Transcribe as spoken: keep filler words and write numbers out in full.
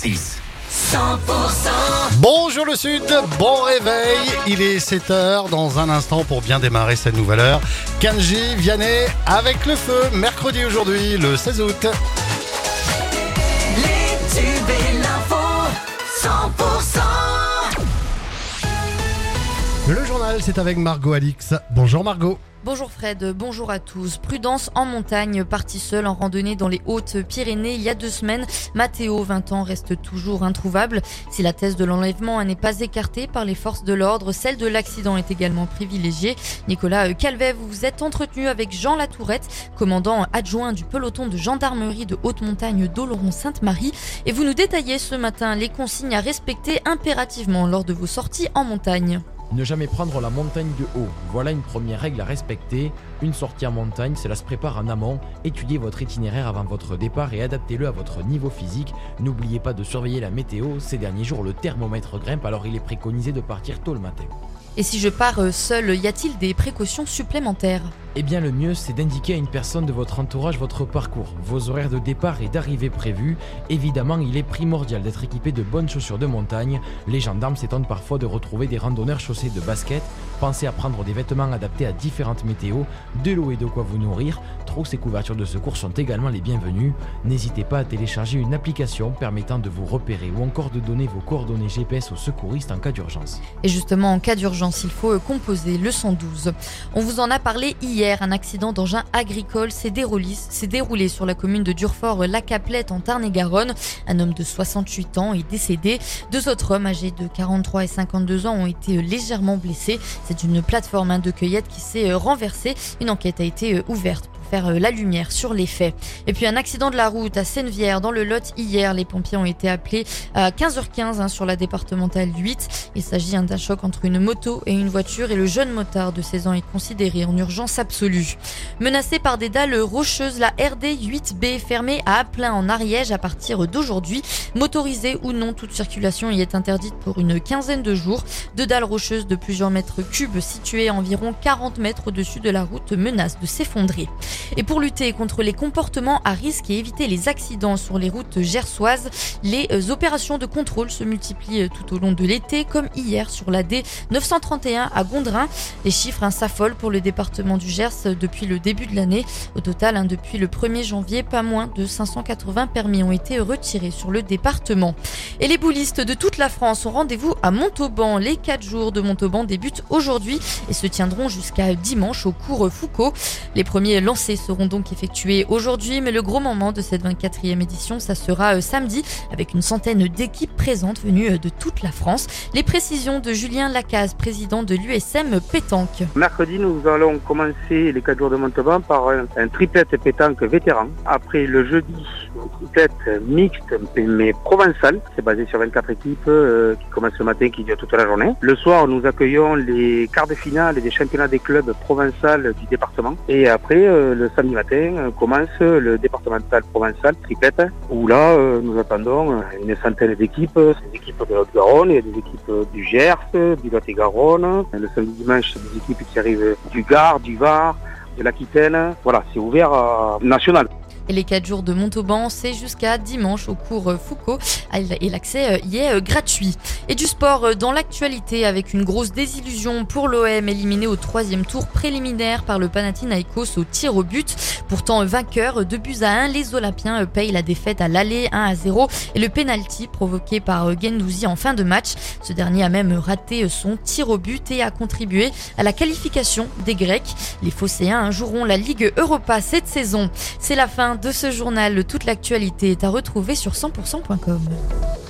six. cent pour cent. Bonjour le Sud, bon réveil, il est sept heures dans un instant pour bien démarrer cette nouvelle heure. Kenji, Vianney avec le feu, mercredi aujourd'hui, le seize août. Les tubes et l'info, cent pour cent. Le journal, c'est avec Margot Alix. Bonjour Margot. Bonjour Fred, bonjour à tous. Prudence en montagne, parti seul en randonnée dans les Hautes-Pyrénées il y a deux semaines. Mathéo, vingt ans, reste toujours introuvable. Si la thèse de l'enlèvement n'est pas écartée par les forces de l'ordre, celle de l'accident est également privilégiée. Nicolas Calvet, vous vous êtes entretenu avec Jean Latourette, commandant adjoint du peloton de gendarmerie de haute montagne d'Oloron-Sainte-Marie. Et vous nous détaillez ce matin les consignes à respecter impérativement lors de vos sorties en montagne. Ne jamais prendre la montagne de haut. Voilà une première règle à respecter. Une sortie en montagne, cela se prépare en amont. Étudiez votre itinéraire avant votre départ et adaptez-le à votre niveau physique. N'oubliez pas de surveiller la météo. Ces derniers jours, le thermomètre grimpe, alors il est préconisé de partir tôt le matin. Et si je pars seul, y a-t-il des précautions supplémentaires ? Eh bien le mieux c'est d'indiquer à une personne de votre entourage votre parcours, vos horaires de départ et d'arrivée prévus. Évidemment il est primordial d'être équipé de bonnes chaussures de montagne. Les gendarmes s'étonnent parfois de retrouver des randonneurs chaussés de baskets. Pensez à prendre des vêtements adaptés à différentes météos, de l'eau et de quoi vous nourrir. Trousses et couvertures de secours sont également les bienvenues. N'hésitez pas à télécharger une application permettant de vous repérer ou encore de donner vos coordonnées G P S aux secouristes en cas d'urgence. Et justement en cas d'urgence il faut composer le cent douze. On vous en a parlé hier. Un accident d'engin agricole s'est déroulé, s'est déroulé sur la commune de Durfort-la-Caplette en Tarn-et-Garonne. Un homme de soixante-huit ans est décédé. Deux autres hommes âgés de quarante-trois et cinquante-deux ans ont été légèrement blessés. C'est une plateforme de cueillette qui s'est renversée. Une enquête a été ouverte pour faire la lumière sur les faits. Et puis un accident de la route à Sennevières dans le Lot hier. Les pompiers ont été appelés à quinze heures quinze hein, sur la départementale huit. Il s'agit hein, d'un choc entre une moto et une voiture et le jeune motard de seize ans est considéré en urgence absolue. Menacé par des dalles rocheuses, la R D huit B fermée à Applin en Ariège à partir d'aujourd'hui. Motorisée ou non, toute circulation y est interdite pour une quinzaine de jours. Deux dalles rocheuses de plusieurs mètres cubes situées à environ quarante mètres au-dessus de la route menacent de s'effondrer. Et pour lutter contre les comportements à risque et éviter les accidents sur les routes gersoises, les opérations de contrôle se multiplient tout au long de l'été, comme hier sur la D neuf cent trente et un à Gondrin. Les chiffres hein, s'affolent pour le département du Gers depuis le début de l'année. Au total, hein, depuis le premier janvier, pas moins de cinq cent quatre-vingts permis ont été retirés sur le département. Et les boulistes de toute la France ont rendez-vous à Montauban. Les quatre jours de Montauban débutent aujourd'hui et se tiendront jusqu'à dimanche au cours Foucault. Les premiers lancers seront donc effectués aujourd'hui, mais le gros moment de cette vingt-quatrième édition, ça sera samedi, avec une centaine d'équipes présentes venues de toute la France. Les précisions de Julien Lacaze, président de l'U S M Pétanque. Mercredi, nous allons commencer les quatre jours de Montauban par un, un triplette pétanque vétéran. Après le jeudi, un triplette mixte mais provençal. C'est basé sur vingt-quatre équipes euh, qui commencent le matin, qui durent toute la journée. Le soir, nous accueillons les quarts de finale des championnats des clubs provençal du département. Et après, euh, le samedi matin, euh, commence le départemental provençal triplette, où là, euh, nous attendons une centaine d'équipes. C'est des équipes de Haute-Garonne, il y a des équipes du Gers, du Lot-et-Garonne. Le samedi dimanche, c'est des équipes qui arrivent du Gard, du Var, de l'Aquitaine. Voilà, c'est ouvert à national. Et les quatre jours de Montauban, c'est jusqu'à dimanche au cours Foucault et l'accès y est gratuit. Et du sport dans l'actualité avec une grosse désillusion pour l'O M éliminé au troisième tour préliminaire par le Panathinaïkos au tir au but. Pourtant vainqueur deux buts à un, les Olympiens payent la défaite à l'aller un à zéro et le pénalty provoqué par Guendouzi en fin de match. Ce dernier a même raté son tir au but et a contribué à la qualification des Grecs. Les Phocéens joueront la Ligue Europa cette saison. C'est la fin de ce journal. Toute l'actualité est à retrouver sur cent pour cent point com.